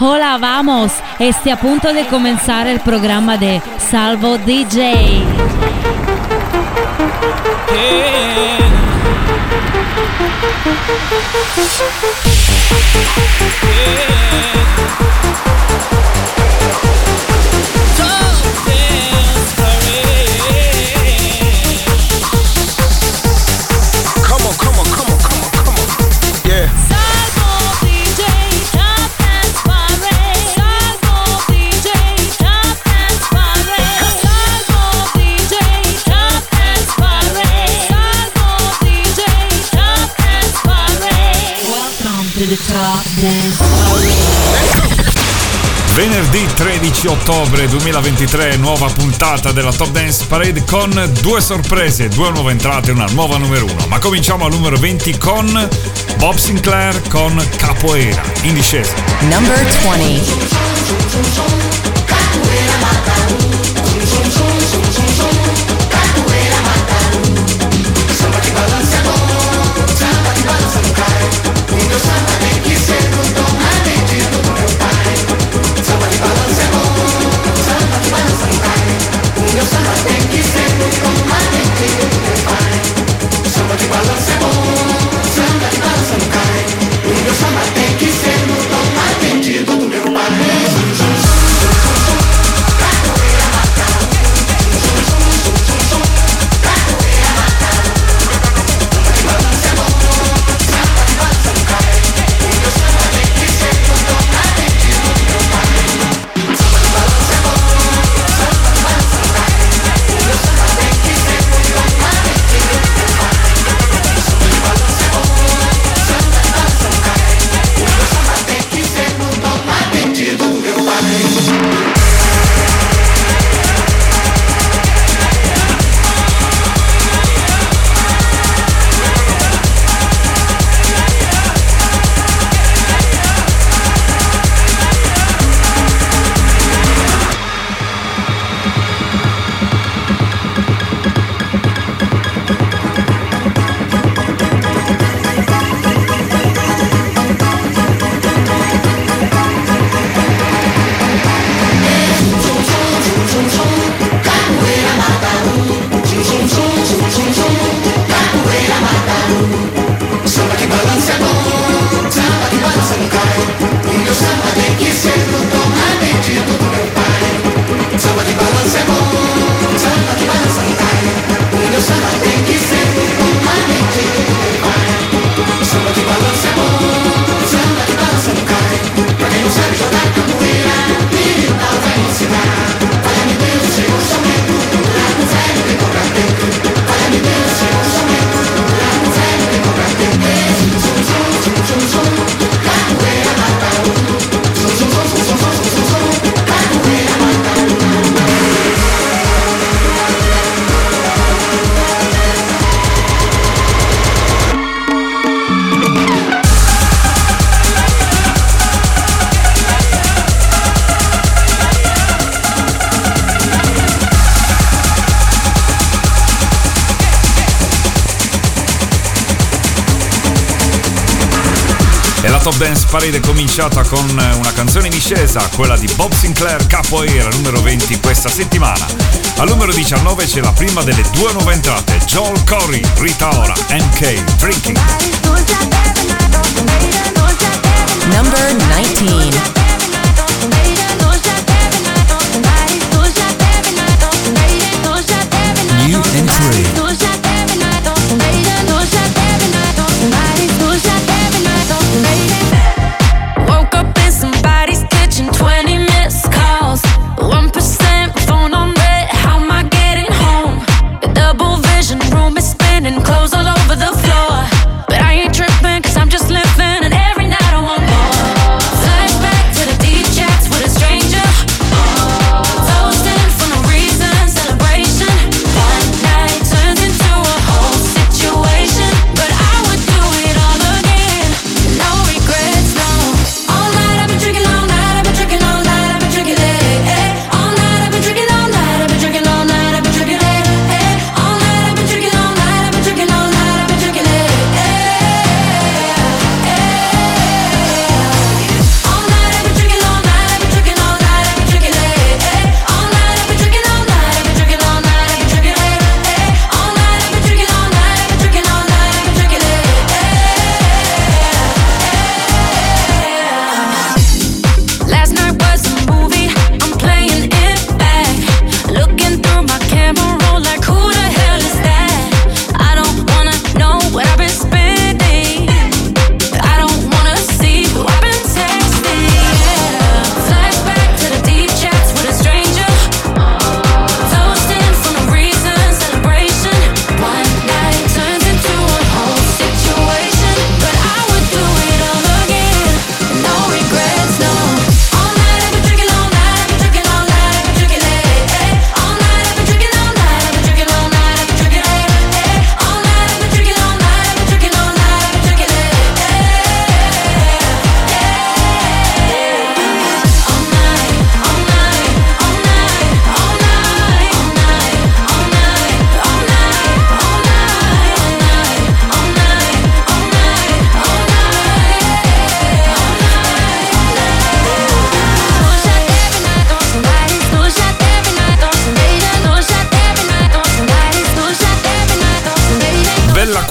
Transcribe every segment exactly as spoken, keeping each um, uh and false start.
Hola, vamos. Este a punto de comenzar el programa de Salvo D J. Yeah. Venerdì tredici ottobre duemilaventitré, nuova puntata della Top Dance Parade con due sorprese, due nuove entrate e una nuova numero uno. Ma cominciamo al numero venti con Bob Sinclair con Capoeira, in discesa. Number twenty. Top Dance Parade è cominciata con una canzone in discesa, quella di Bob Sinclair, Capoeira, numero venti questa settimana. Al numero diciannove c'è la prima delle due nuove entrate, Joel Corry, Rita Ora, M K, Drinking. Number nineteen. New entry. Woke up in somebody's kitchen, twenty missed calls, one percent phone on red, how am I getting home? The double vision room is spinning, clothes all over the floor, but I ain't tripping cause I'm just living and every night I want more. Flashback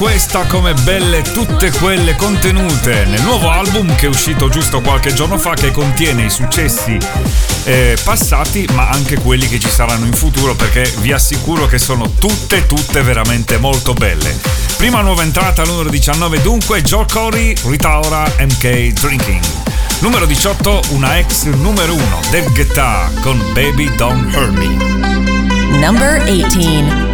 questa come belle tutte quelle contenute nel nuovo album che è uscito giusto qualche giorno fa, che contiene i successi eh, passati ma anche quelli che ci saranno in futuro, perché vi assicuro che sono tutte tutte veramente molto belle. Prima nuova entrata al numero diciannove dunque Joel Corry, Rita Ora, M K Drinking. Numero diciotto una ex numero uno, David Guetta con Baby Don't Hurt Me. Number eighteen.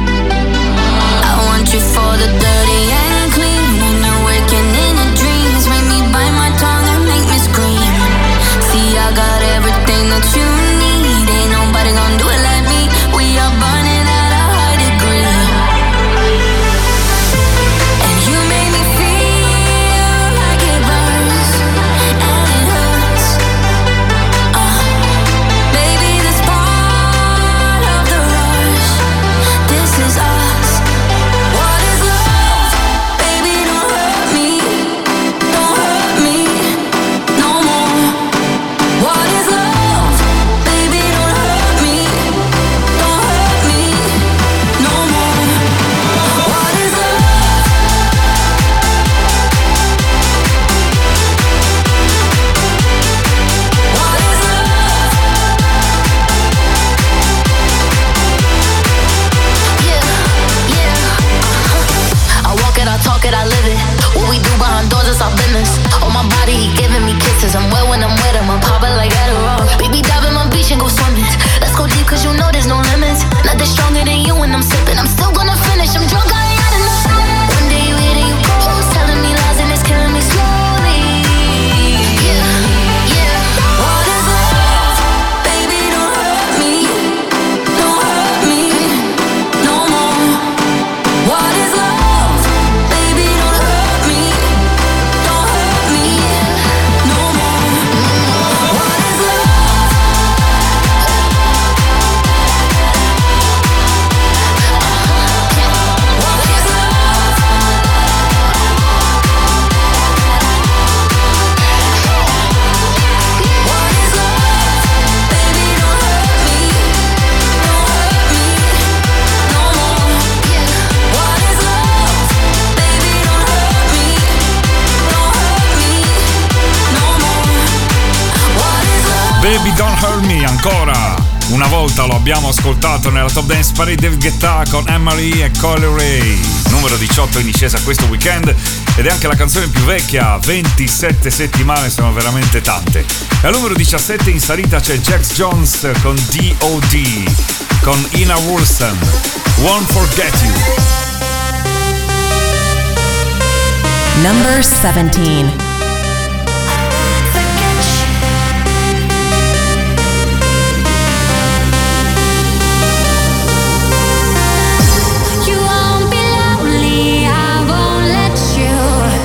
You for the dirty and clean. When you're waking in your dreams, make me bite my tongue and make me scream. See, I got everything that you need. Ain't nobody gonna do it like me. We are burning at a high degree. And you make me feel like it burns and it hurts. Uh, baby, this part of the rush. This is us. I'm wet when I'm wet, I'm poppin' like Adderall. Baby, dive in my beach and go swimming. Let's go deep cause you know there's no limits. Nothing stronger than you when I'm sipping. I'm still gonna finish, I'm drunk, I ain't had enough. One day you hit and you close, telling me lies and it's killing me slowly. Yeah, yeah. What is love? Baby, don't hurt me. Don't hurt me no more. What is love? Baby, don't hurt me. Don't hurt me no more. What is love? What is love? What is love? Baby, don't hurt me. Don't hurt me no more. What is love? Baby, don't hurt me. Don't hurt me no more. What is love? Baby Don't Hurt Me, ancora una volta lo abbiamo ascoltato nella Top Dance Parade, David Guetta con Anne-Marie e Coyle Ray. Numero diciotto in discesa questo weekend ed è anche la canzone più vecchia, ventisette settimane, sono veramente tante. E al numero diciassette in salita c'è Jax Jones con D O D con Ina Wilson, Won't Forget You. Number seventeen. You won't be lonely, I won't let you.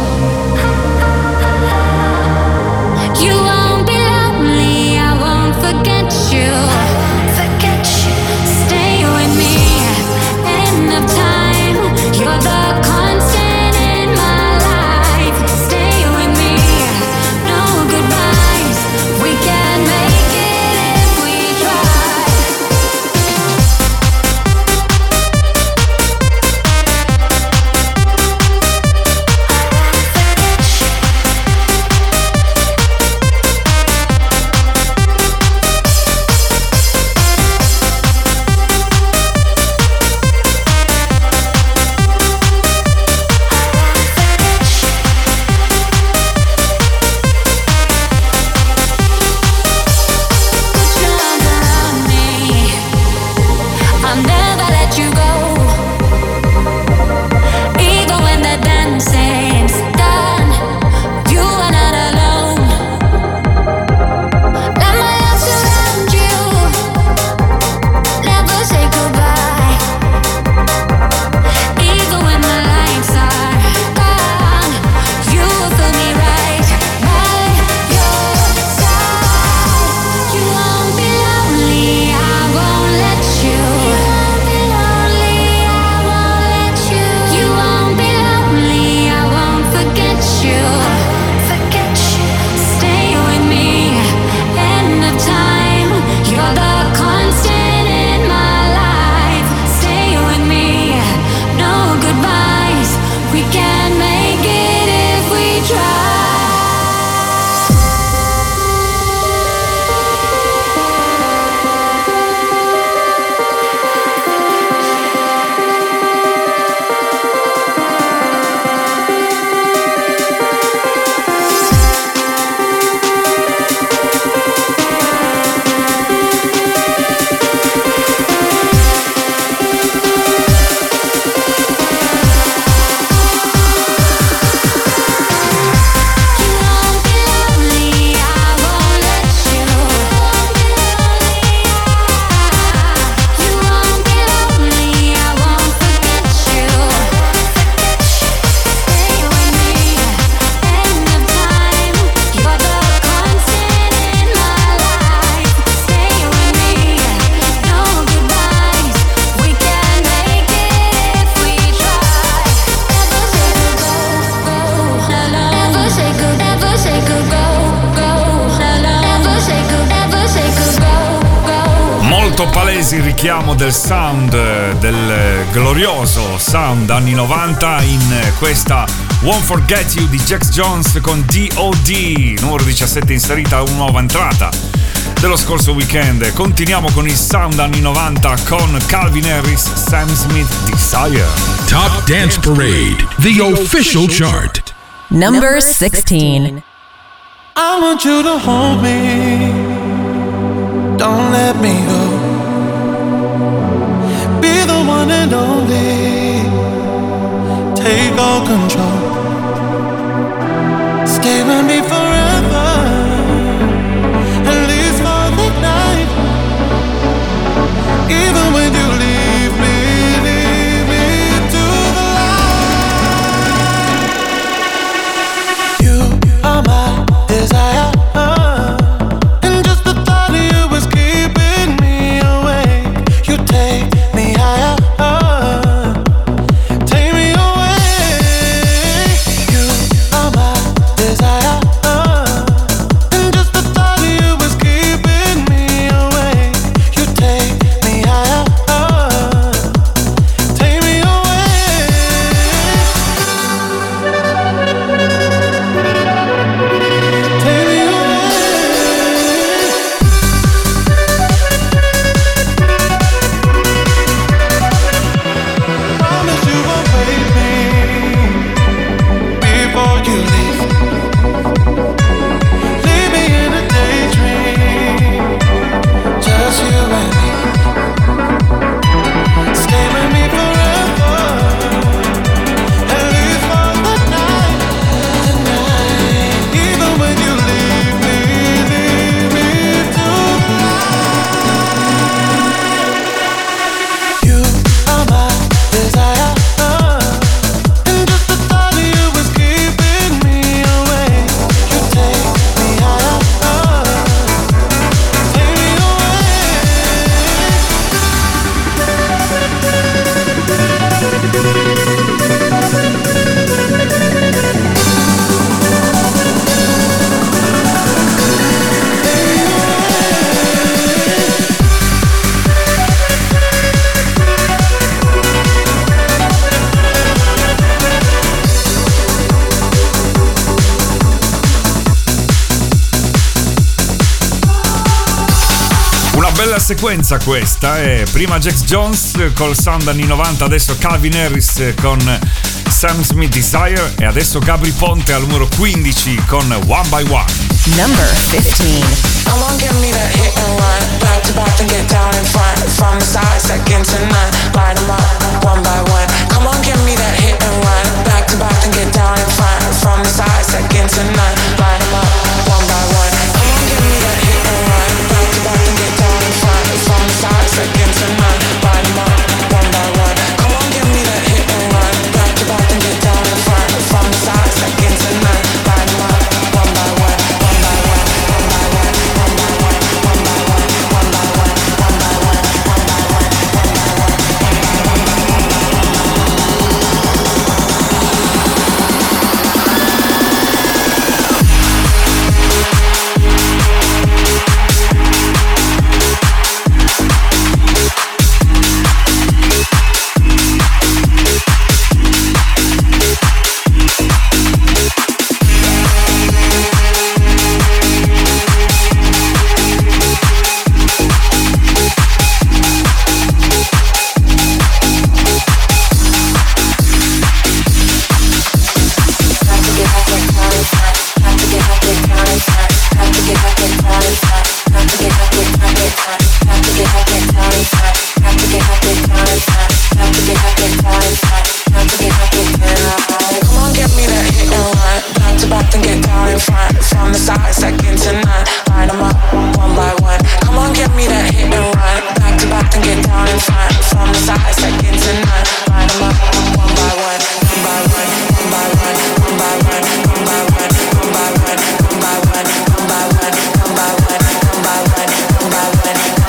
You won't be lonely, I won't forget you. Forget you. Stay with me, end of time. You're the constant in my life. Stay with me. molto palese il richiamo del sound, del glorioso sound anni novanta in questa Won't Forget You di Jax Jones con D O D, numero diciassette, inserita una nuova entrata dello scorso weekend. Continuiamo con il sound anni novanta con Calvin Harris, Sam Smith, Desire. Top Dance Parade, the official chart. Number sixteen. I want you to hold me, don't let me go. Be the one and only, take all control. Stay with me forever, at least for the night. Even when you leave me, leave me to the light. You are my desire, and just the thought of you is keeping me awake. You take me higher, take me away. You are my desire, and just the thought of you is keeping me awake. You take me higher, take me away. Take me away. Promise you won't wake me before you leave. Leave me in a daydream, just you and me. Stay with me forever, at least for the night, tonight. Even when you leave me, leave me to the light. You are my desire, and just the thought of you is keeping me awake. You take me higher, take me away. Una bella sequenza questa, eh. Prima Jax Jones col sound anni novanta, adesso Calvin Harris con Sam Smith, Desire, e adesso Gabry Ponte al numero quindici con One by One. Number fifteen. Come on, give me that hit and run, back to back and get down in front, from the side, second to none, line them up, one by one. Come on, give me that hit and run, back to back and get down in front, from the side, second to none, line them up, one by one. Come on, give me that hit and run, back to back and get down in front, from the side, second to none, line them up, one by one. Come on, give me that hit and run, back to back and get down in front, from the side, second to none, line them up, one by one, one by one, one by one, one by one, one by one, one by one, one by one, one by one, one by one. Come on, give me that hit and run, back to back and get down in front, from the side, second to none, line them up, one by one. Come on, give me that hit and run, back to back and get down in front, from the side, second to none, line them up, one by one, one by one, one by one, one by one, one by one, one by one, one by one, one by one, one by one, one by one, one by one, one by one.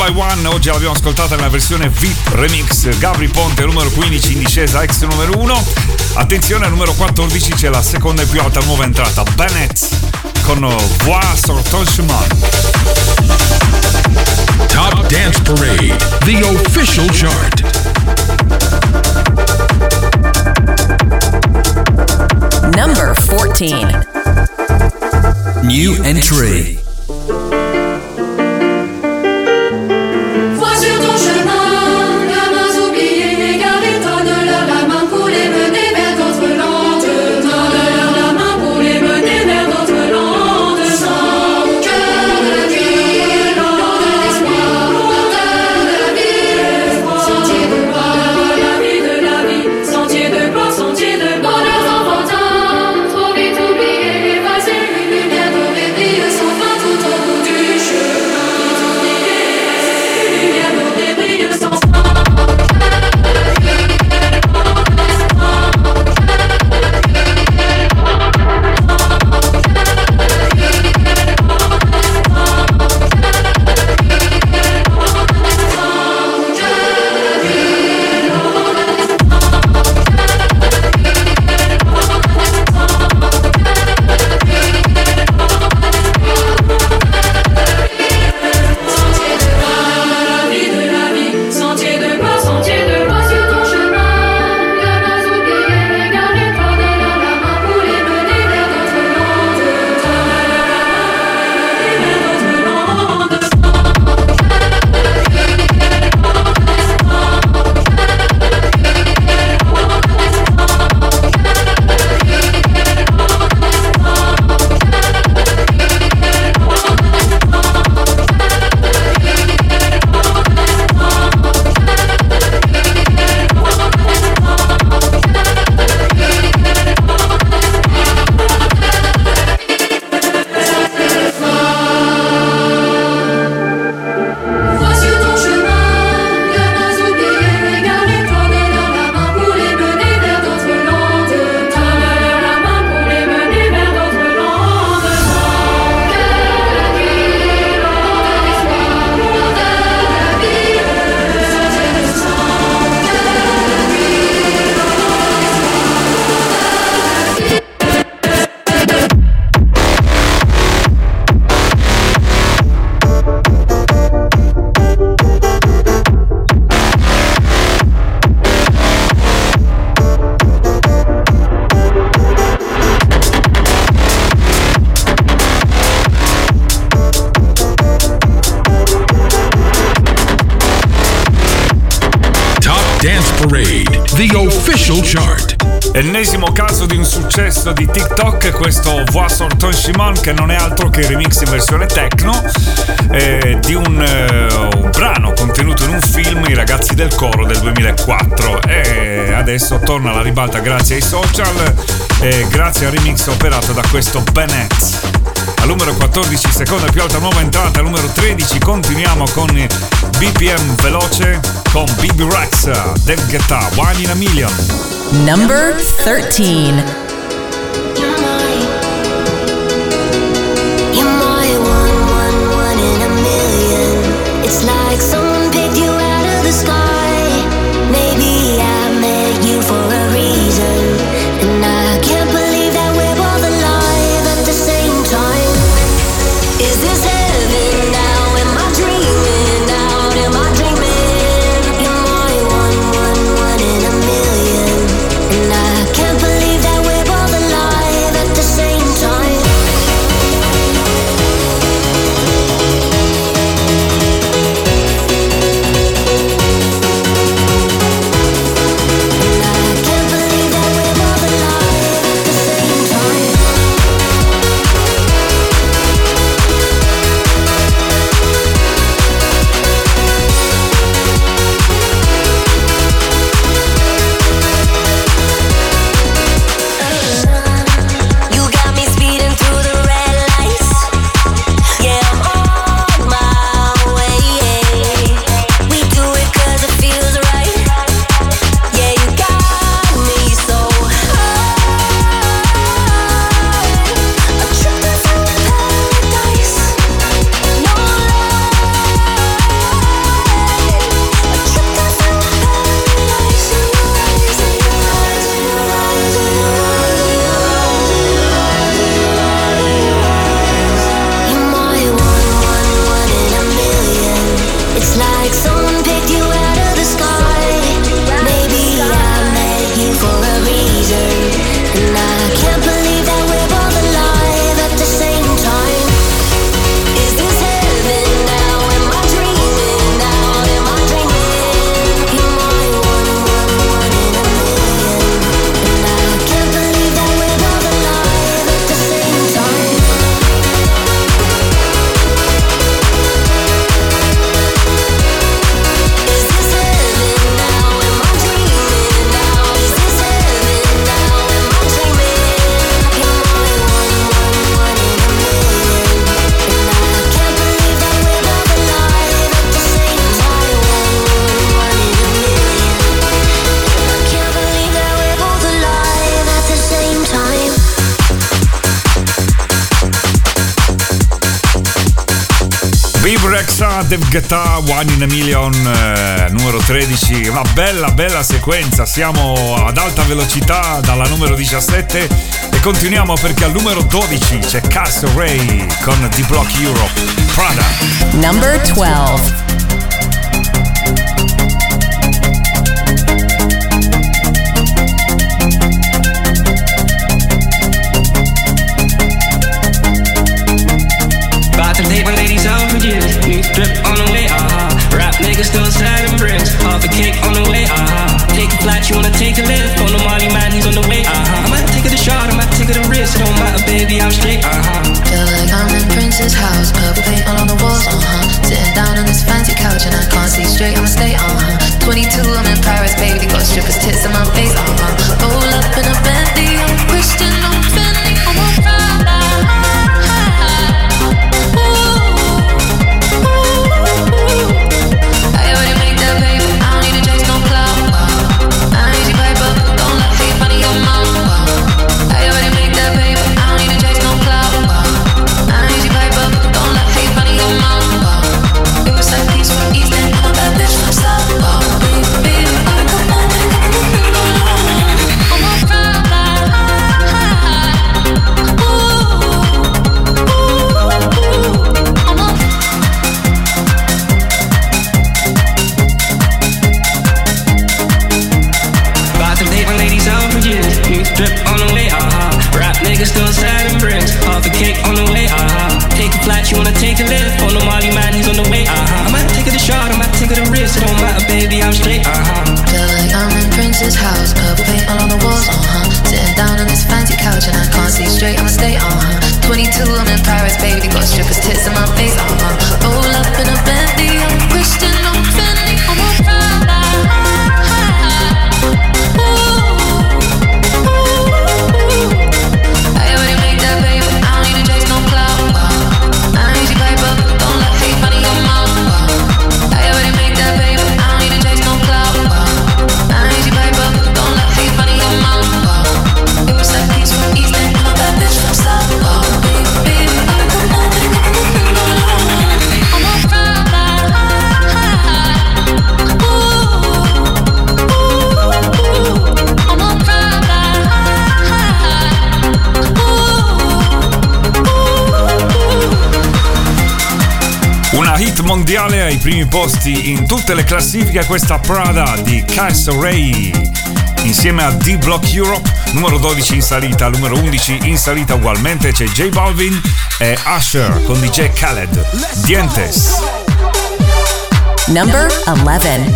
by One, oggi l'abbiamo ascoltata nella versione V I P Remix. Gabry Ponte numero quindici in discesa, ex numero uno. Attenzione, al numero quattordici c'è la seconda e più alta nuova entrata, Bennett con Vois sur ton chemin. Top Dance Parade, the official chart. Number fourteen. New entry. Parade, the official chart. Ennesimo caso di un successo di TikTok, questo Vois sur ton chemin, che non è altro che il remix in versione techno eh, di un, eh, un brano contenuto in un film, I ragazzi del coro del duemilaquattro, e adesso torna alla ribalta grazie ai social e grazie al remix operato da questo Bennett. Al numero quattordici, seconda più alta nuova entrata. Al numero tredici continuiamo con B P M veloce con B B Rex, David Guetta, One in a Million. Number thirteen. It's like someone picked you out of the sky. Maybe I met you for a reason, and I can't believe that we're both alive at the same time. Is this heaven now? Am I dreaming out? Am I dreaming? You're my one, one, one in a million, and I can't believe that we're Bib Rexha, Dave Guetta, One in a Million, eh, numero tredici. Una bella bella sequenza. Siamo ad alta velocità dalla numero diciassette e continuiamo perché al numero dodici c'è Castle Ray con D-Block Europe, Prada. Number twelve. To date my ladies out for years. New drip on the way, ah. Rap niggas still sad and bricks. Half a cake on the way, ah. Take a flight, you wanna take a lift. On the Molly man, he's on the way, ah. I might take her the shot, I might take her the risk. It don't matter, baby, I'm straight, ah. Feel like I'm in Prince's house. Purple paint all on the walls, uh-huh. Sitting down on this fancy couch and I can't see straight, I'ma stay, uh-huh. twenty-two, I'm in Paris, baby. Got strippers' tits in my face, uh-huh. Roll up in a Bentley, I'm Christian, I'm Fendi, I'm a Prada. Drip on the way, uh-huh. Rap niggas still sad and bricks. Half a cake on the way, uh-huh. Take a flight, you wanna take a lift. On the Molly man, he's on the way, uh-huh. I might take her the shot, I might take her the risk. It don't matter, baby, I'm straight, uh-huh. Feel like I'm in Prince's house. Purple paint all on the walls, uh-huh. Sitting down on this fancy couch and I can't see straight, I'ma stay, uh-huh. twenty-two, I'm in Paris, baby. Got strippers' tits in my face, uh-huh. Roll up in a Bentley, I'm Christian, I'm Fendi, I'm a Prada. Mondiale ai primi posti in tutte le classifiche, questa Prada di Castle Ray insieme a D-Block Europe, numero dodici in salita, numero undici in salita ugualmente c'è J Balvin e Usher con D J Khaled, Dientes. Number eleven.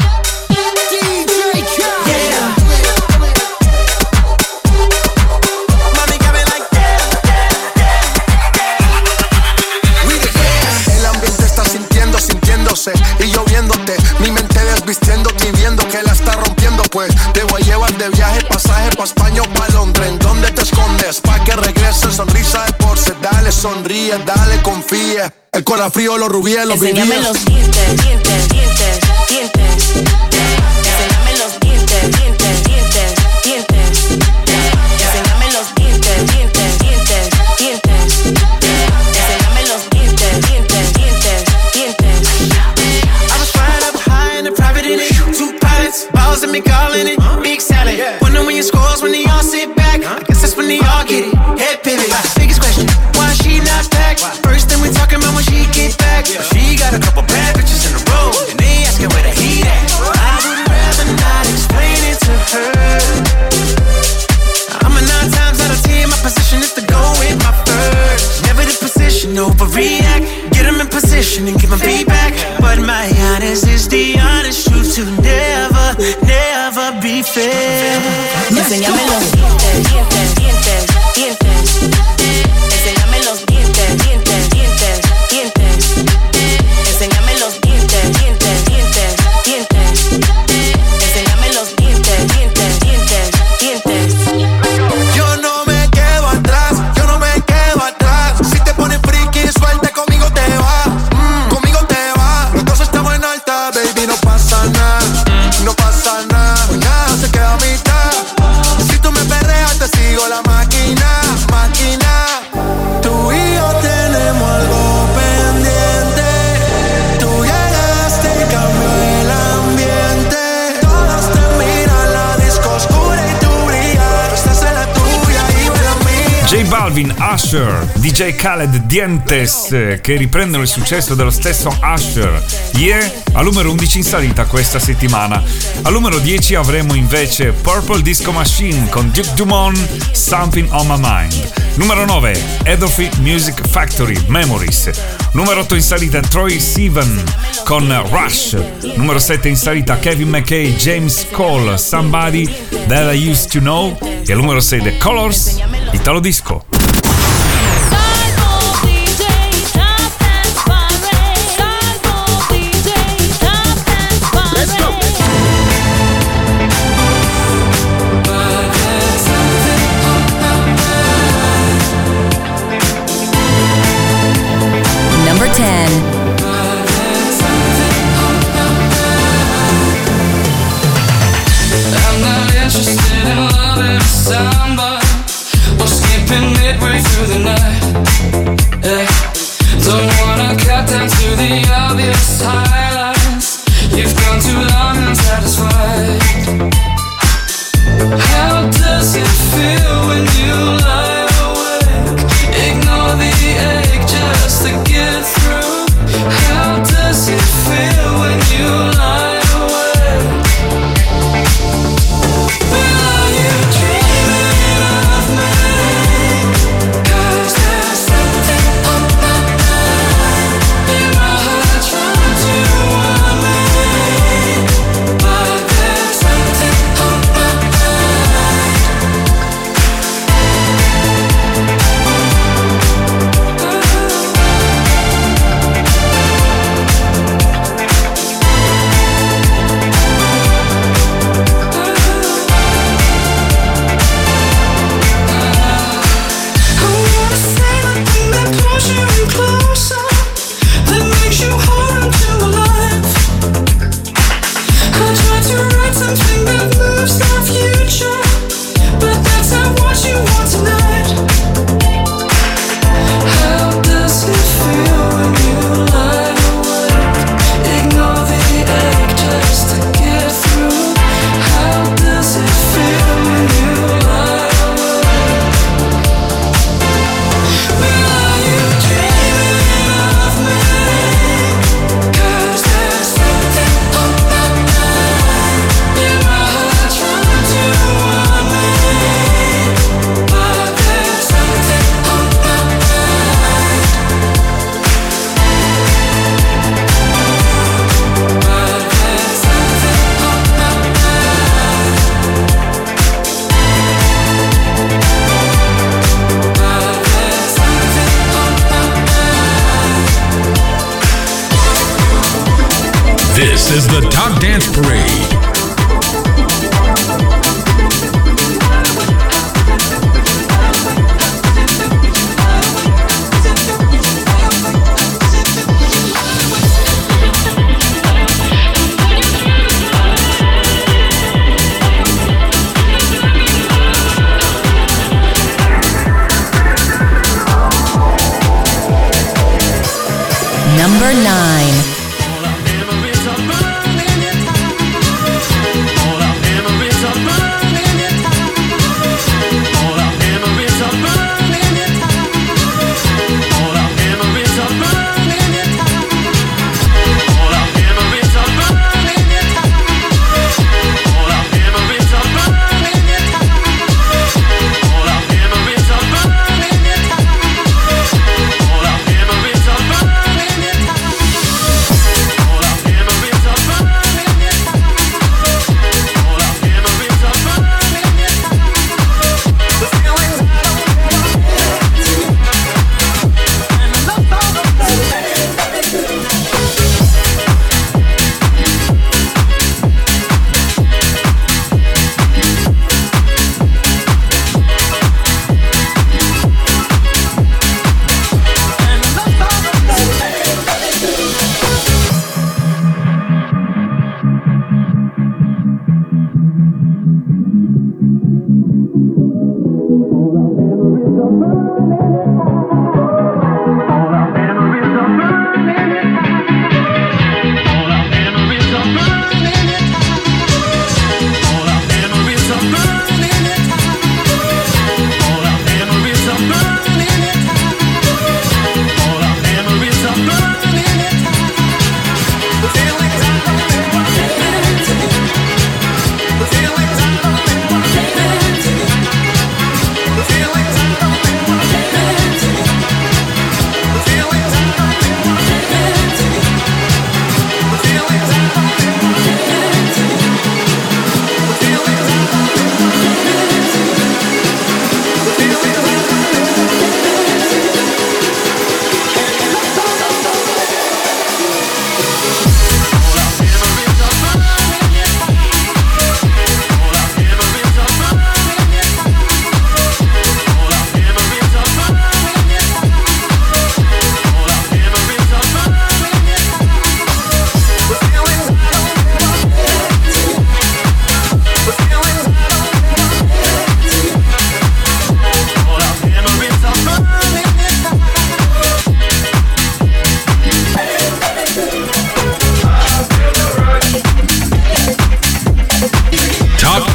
Y yo viéndote, mi mente desvistiéndote y viendo que la está rompiendo, pues te voy a llevar de viaje, pasaje pa' España o pa' Londres. ¿En dónde te escondes? Pa' que regrese, sonrisa de porce. Dale, sonríe, dale, confía. El corazón frío, los rubíes, los vivíes. Enséñame los dientes, dientes, dientes, dientes. Enséñame los dientes, dientes, dientes, dientes. Enséñame los dientes, dientes, dientes, dientes. Enséñame los dientes, dientes, dientes, dientes. Two pilots, balls and me calling it big salad. Wonder when you scores when they all sit back. I guess that's when they all get it. Head pivot. Biggest question, why she not back? First thing we talking about when she get back. She got a couple bad bitches in a row, and they asking where the heat at. I would rather not explain it to her. I'm a nine times out of ten, my position is to go with my first. Never the position, overreact. Get them in position and give them feedback. But my honest is the honest truth to never, never be fair. Enséñame los dientes, dientes, dientes, dientes. Enséñame los dientes, dientes, dientes, dientes. Enséñame los dientes, dientes, dientes, dientes. Enséñame los dientes, dientes, dientes, dientes. Yo no me quedo atrás, yo no me quedo atrás. Si te pones friki, suelta, conmigo te va, mm, conmigo te va. Los dos estamos en alta, baby, no pasa nada, no pasa nada, nada se queda a mitad. Si tú me Calvin Usher, D J Khaled, Dientes, che riprendono il successo dello stesso Usher. Yeah, al numero undici in salita questa settimana. Al numero dieci avremo invece Purple Disco Machine con Duke Dumont, Something on My Mind. Numero nove, Edolphi Music Factory, Memories. Numero otto in salita, Troye Sivan con Rush. Numero sette in salita, Kevin McKay, James Cole, Somebody That I Used to Know. E al numero sei, The Colors, Italo Disco. Number ten. I'm not interested in loving somebody or skipping midway through the night. Yeah. Don't wanna cut down to the obvious highlights. You've gone too long unsatisfied. How does it feel when you lie awake? Ignore the ache just to get through. How does it feel when you lie awake? Well, are you dreaming of me? 'Cause there's something on my mind. In my heart trying to warn me, but there's something on my mind. I wanna say the thing that pulls you in closer, that makes you hold on to life. I try to write something that moves our future, but that's not what you want tonight. How does it feel when you lie awake? Ignore the ache just to get through. How does it feel when you lie awake? Well, are you dreaming of me? 'Cause there's something on my mind. In my heart trying to warn me, but there's something on my mind. But there's something on my mind. But there's something on my mind. This is the Top Dance Parade. Number nine.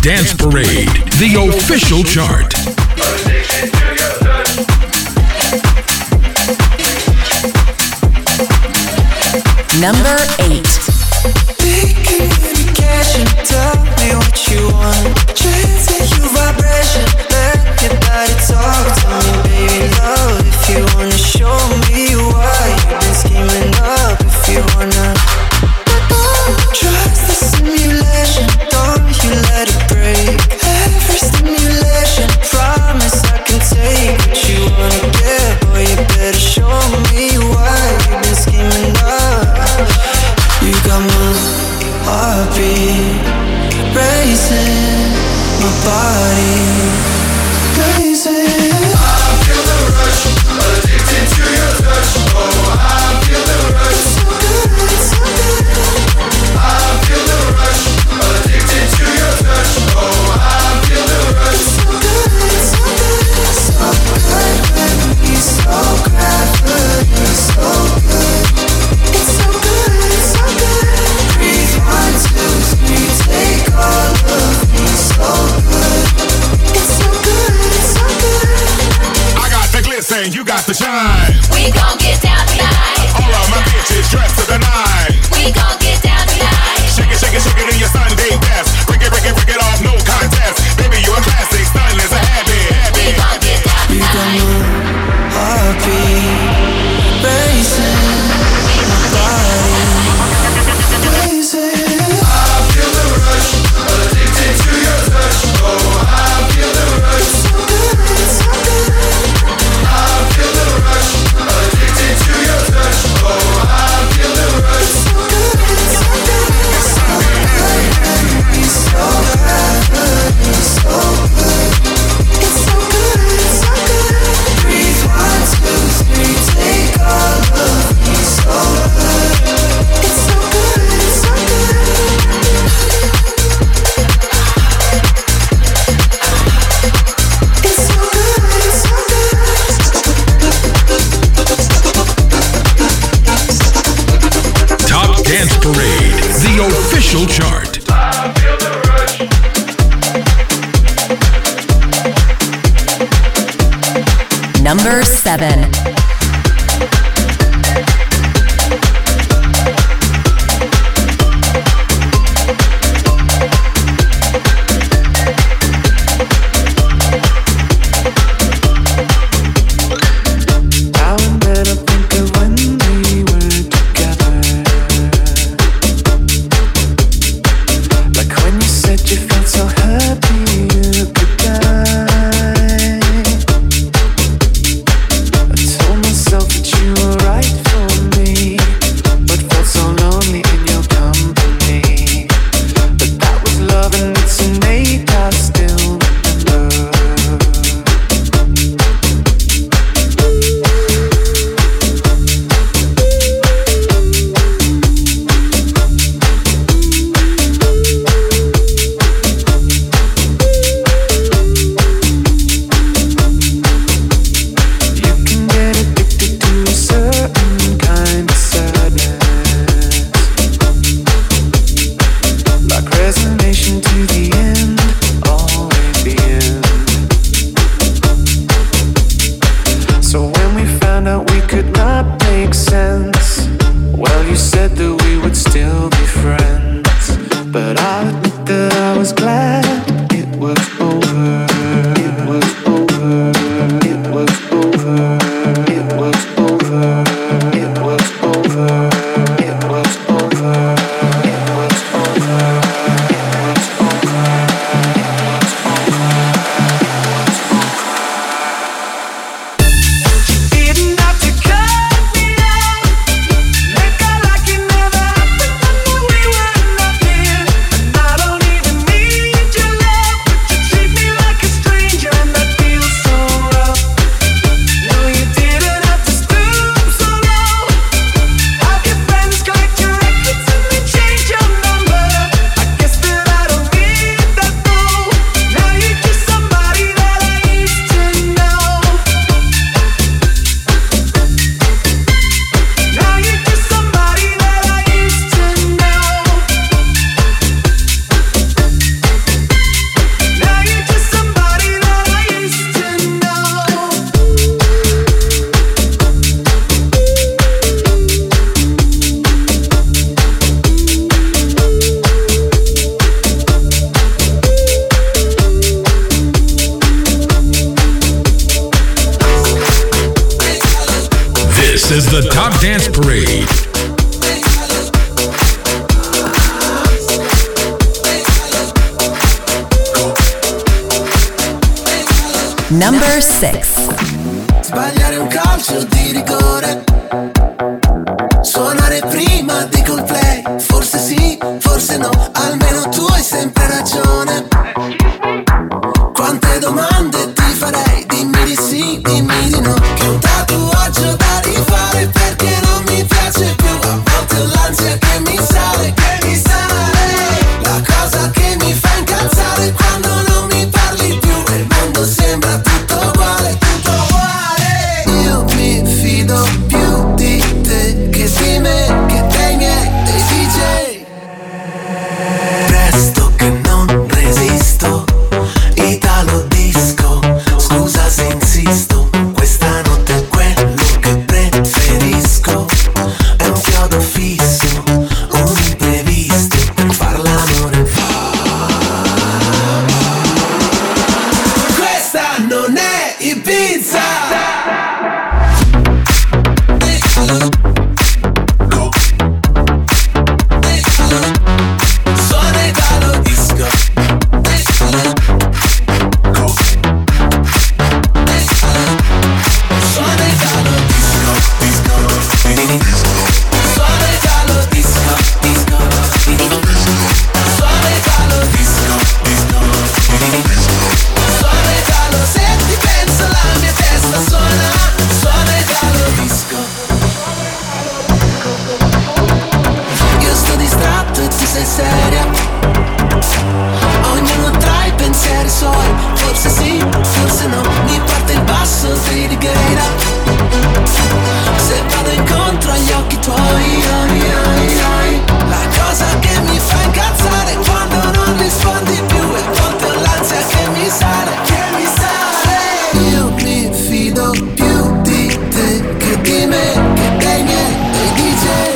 Dance Parade, the official chart. Number eight. Making any cash and tell me what you want. Chasing your vibration, let your body talk to me, baby love. If you wanna show me why you've been scheming up, if you wanna trust the simulation, don't you let it break. Every stimulation, promise I can take what you wanna get. Boy, you better show me why you've been scheming up. You got my heartbeat racing, my body racing. I feel the rush, addicted to your touch. Oh, I feel the rush. It's so good, it's so good. I feel the rush, addicted to your touch. Oh, I feel the rush. It's so good, it's so good. So good with me, so gravity, so good. It's so good, it's so good. Breathe one, two, three, take all of me, so good. It's so good, it's so good. I got the glisten, you got the shine. We gon' get down tonight. All of my bitches dressed to the nine. We gon' get down tonight. Shake it, shake it, shake it in your Sunday best. Break it, break it, break it off, no contest. Baby, you a classic, style is a habit, habit. We gon' get down You got tonight. my heartbeat racing, my body racing. I feel the rush, addicted to your touch. Oh, I feel the rush. It's so good, it's so good. I feel the rush, addicted to your touch. Oh, I feel the rush. It's so good, it's so good. So good, it's so good, it's so good. It's so good, it's so good. Breathe one, two, three, take all of me, so good. It's so good, it's so good. It's so good, it's so good. Top Dance Parade, the official chart. Number seven. Now and then I think of when we were together. Like when you said you felt so happy you could die. I told myself that you were right for me, but felt so lonely in your company. But that was love and it's innate, I still remember. You can get addicted to a certain kind of sadness, like resignation to the end, always the end. So when we found out we could not make sense, well, you said that we would still be friends. But I'll admit that I was glad it was over. It was over. It was over. It was over. It was over. It was over. It was over. It was over. Didn't have to cut me out. Make I like it never happened when we were not here. And I don't even need This is the Top Dance Parade. Number six. Sbagliare un calcio di rigore, suonare prima di Coldplay. Forse sì, forse no, almeno tu hai sempre ragione. Quante domande ti farei, dimmi di sì, dimmi di no. Che un tatuaggio da rifare perché non mi piace più. A volte ho l'ansia che mi sale, che mi sale. La cosa che mi fa incazzare è quando non mi parli più e il mondo sembra tutto uguale, tutto uguale. Io mi fido più di te che di me, che dei miei, dei D J. Presto che non resisto, Italo disco, scusa se insisto, questa notte è quello che preferisco. È un chiodo fisso, un imprevisto per far l'amore. Questa non è Ibiza. Suona Italo disco. Suona Italo disco, disco, suona Italo disco, disco, suona Italo disco, disco, suona Italo. Se ti penso la mia testa suona, suona Italo disco. Io sto distratto e tu sei seria, ognuno tra i pensieri suoi. Forse sì, forse no, mi parte il basso di Gaira. Se vado incontro agli occhi tuoi, oi, oi, oi. La cosa che mi fa incazzare è quando non rispondi più e a volte ho l'ansia che mi sale, che mi sale. Io mi fido più di te che di me, che dei miei, dei D J.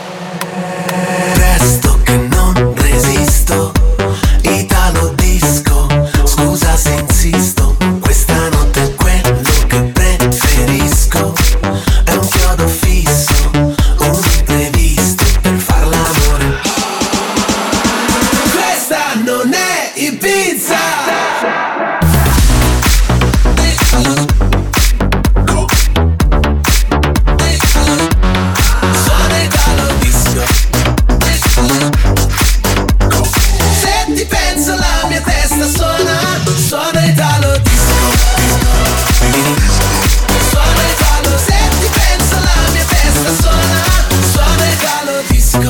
Presto che non resisto, Italo disco, scusa se insisto, questa notte è quello che preferisco. È un chiodo fisso, un imprevisto per far l'amore. Questa non è Ibiza. Suona Italo disco. Se ti penso la mia testa suona, suona Italo disco, suona Italo. Se ti penso la mia testa suona, suona Italo disco.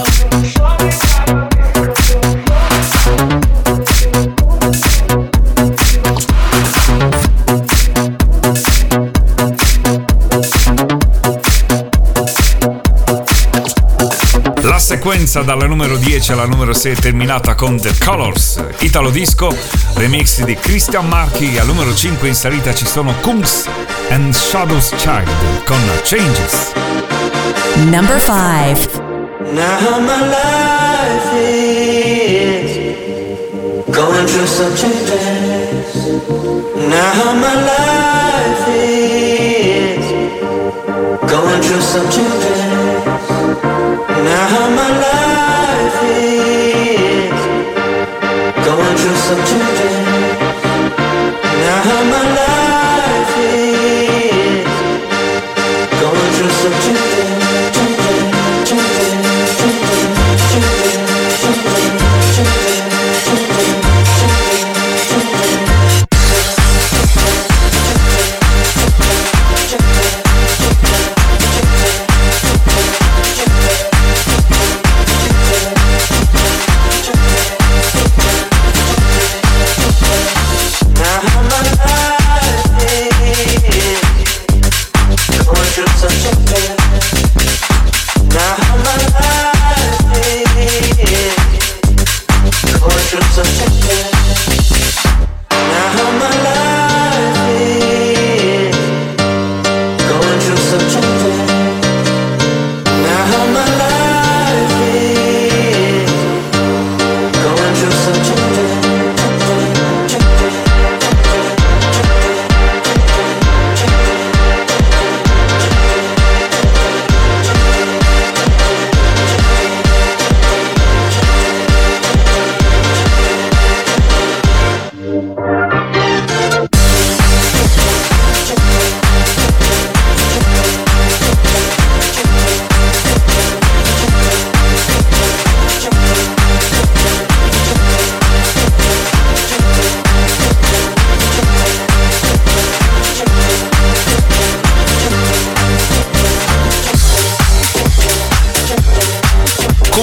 La sequenza dalla numero dieci alla numero sei è terminata con The Colors, Italo Disco, remix di Christian Marchi. Al numero cinque in salita ci sono Kungs and Shadows Child con Changes. Number five. Now my life is going through some changes. Now my life is going through some changes. Now my life is going through some changes. Now my life is going through some changes.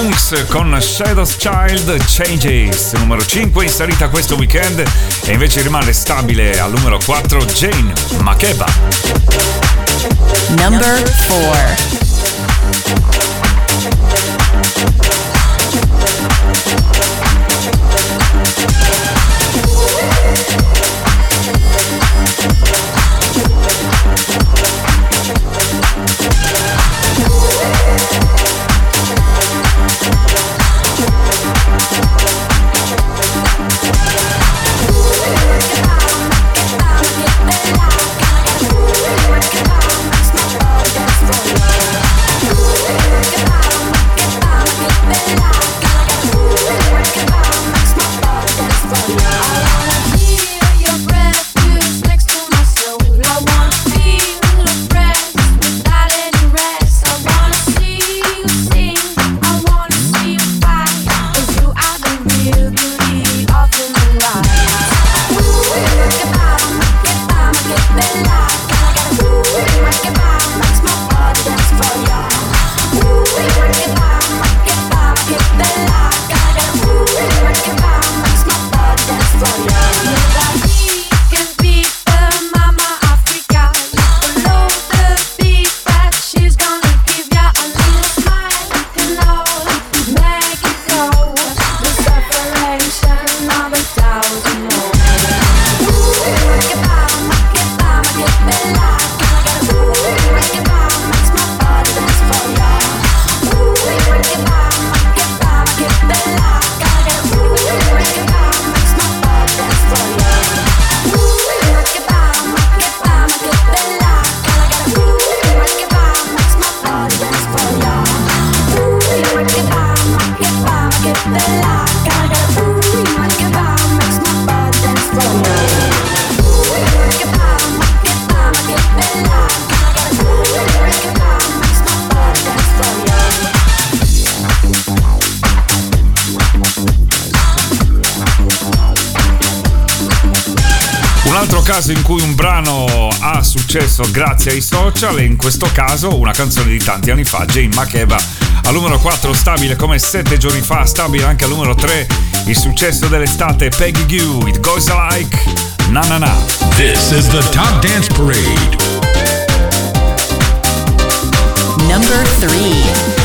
Kungs con Shadows Child Changes, numero cinque in salita questo weekend, e invece rimane stabile al numero quattro Jane Makeba. Number four. Caso in cui un brano ha successo grazie ai social, e in questo caso una canzone di tanti anni fa, Jane Makeba al numero quattro, stabile come sette giorni fa, stabile anche al numero tre il successo dell'estate, Peggy Gou, It Goes Like Na Na Na. This is the Top Dance Parade. Number three.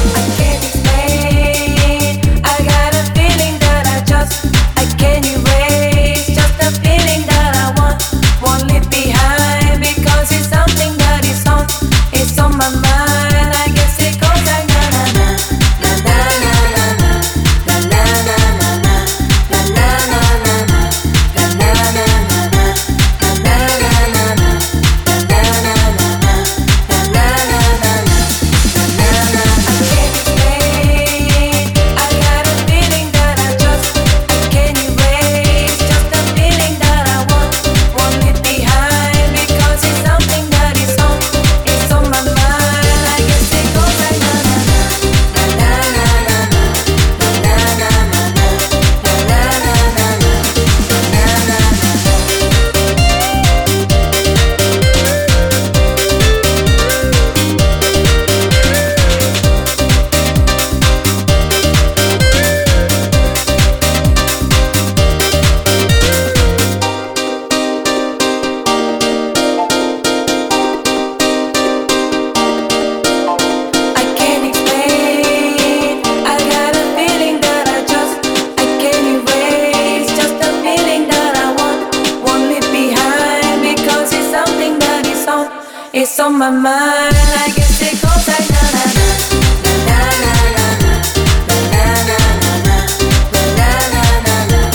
It's on my mind, I guess it goes like na na na na na na na na na na na na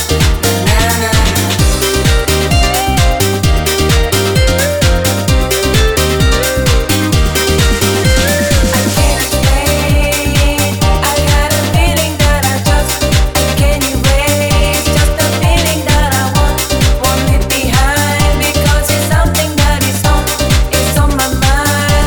my mind.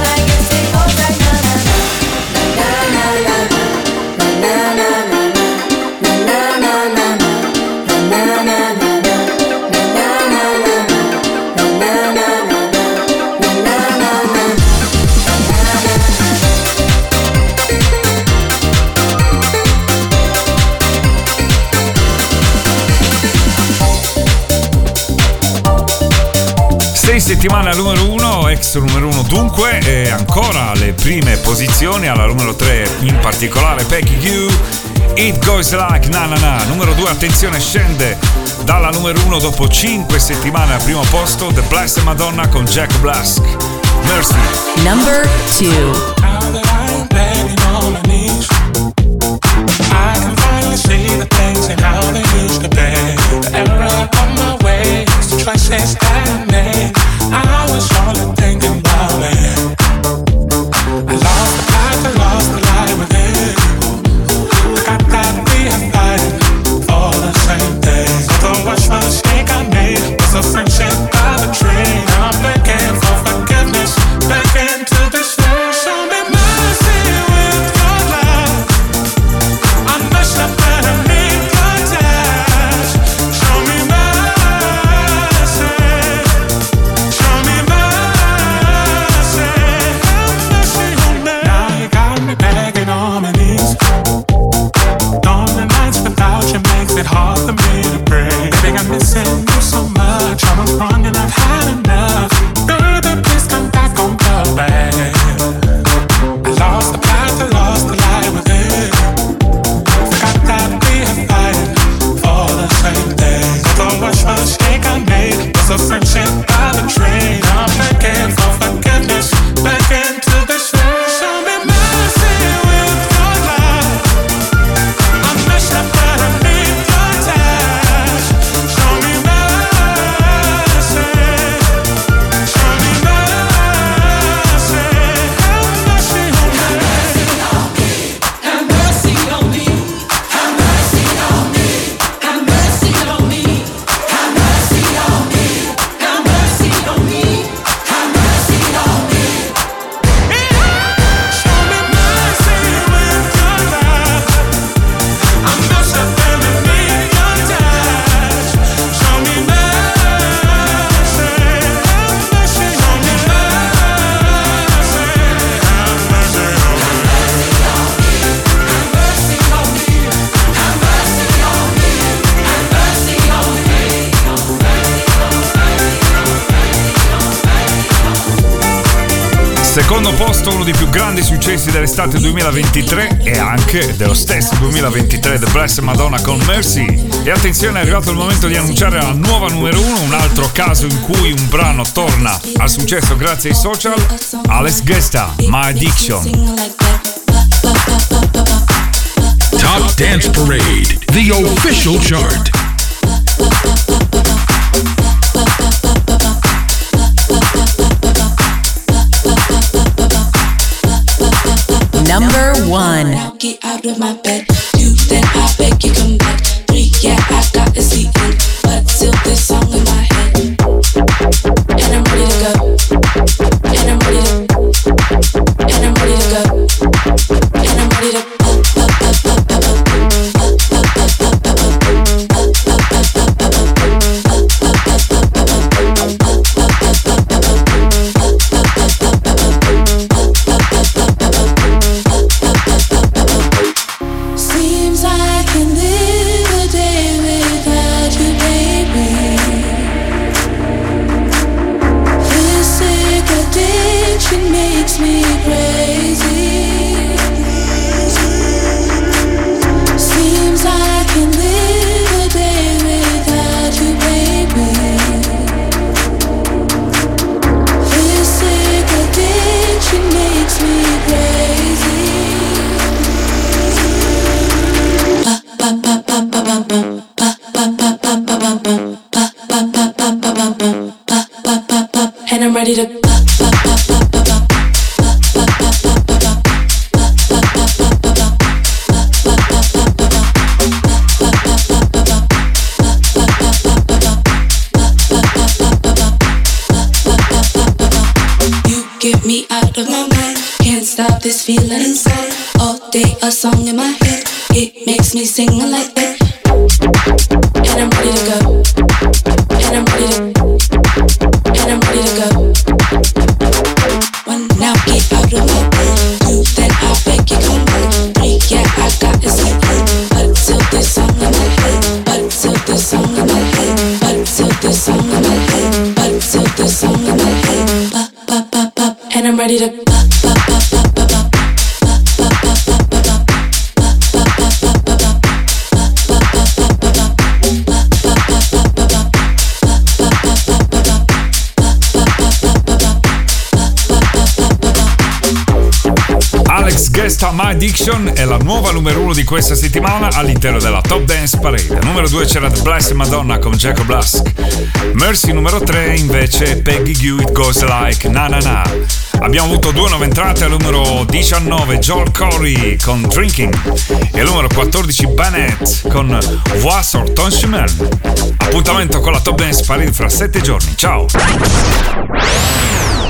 Sei settimane al numero uno, ex numero uno dunque, e ancora le prime posizioni. Alla numero tre in particolare Peggy Gou, It Goes Like Na Na Na. Numero due, attenzione, scende dalla numero uno dopo cinque settimane al primo posto The Blessed Madonna con Jack Black, Mercy. Number two. I can finally see the things and how they used to be. The error of my ways, the choices that I made. I was only thinking about it. I lost the path, I lost the light within. I got that we are fighting for the same things. The worst mistake I made was a friendship by the tree. I'm begging for forgiveness, begging to this world. Show me mercy with your love. I messed up and I need your touch. Show me mercy. Show me mercy. Have mercy on me. Now you got me begging on my knees. Lonely nights without you makes it hard for me to breathe. Baby, I'm missing you so much. I'm wrong and I've had enough. Baby, please come back on the bed. I lost the path, I lost the light within. Forgot that we are fighting for the same thing. The worst mistake I made was a friendship by the train. I'm begging for forgiveness, begging to the shore. Show me mercy with your love. I messed up and I need your touch. Show me mercy. Show me mercy. Have mercy on me. Have mercy on me. Have mercy on me. Have mercy on me. Have mercy on me. Have mercy on me. Have mercy on me. Show me mercy with your love. I messed up and I need your touch. Show me mercy. Have mercy on me. Mercy. Have mercy on me. Secondo posto, uno dei più grandi successi dell'estate duemilaventitré e anche dello stesso duemilaventitré, The Blessed Madonna con Mercy. E attenzione, è arrivato il momento di annunciare la nuova numero uno, un altro caso in cui un brano torna al successo grazie ai social. Alex Gesta, My Addiction. Top Dance Parade, the official chart. Number one. Now get out of my bed. You, then I beg you come back. Three, yeah, I got to see it. But still this song in my head. And I'm ready to go. And I'm ready to. And I'm ready to go. And I'm ready to. Seems I can live a day without you, baby. This sick addiction makes me crazy. Seems I can live a day without you, baby. This sick addiction makes me crazy. And I'm ready to. You get me out of my mind. Can't stop this feeling inside. All day a song in my head. It makes me sing like that. And I'm ready to go. And I'm ready to. And I'm ready to go. One now get out of my bed. Two then I beg you come back. Three yeah I got this in head. But till this song in my head. But till this song in my head. But till this song in my head. But till this song in my head. Gesta My Addiction è la nuova numero uno di questa settimana all'interno della Top Dance Parade. Numero due c'era The Blessed Madonna con Jacob Lusk. Mercy numero tre invece Peggy Gue, It Goes Like Na Na Na. Abbiamo avuto due nuove entrate al numero diciannove Joel Corey con Drinking e al numero quattordici Bennett con Vois sur ton chemin. Appuntamento con la Top Dance Parade fra sette giorni. Ciao!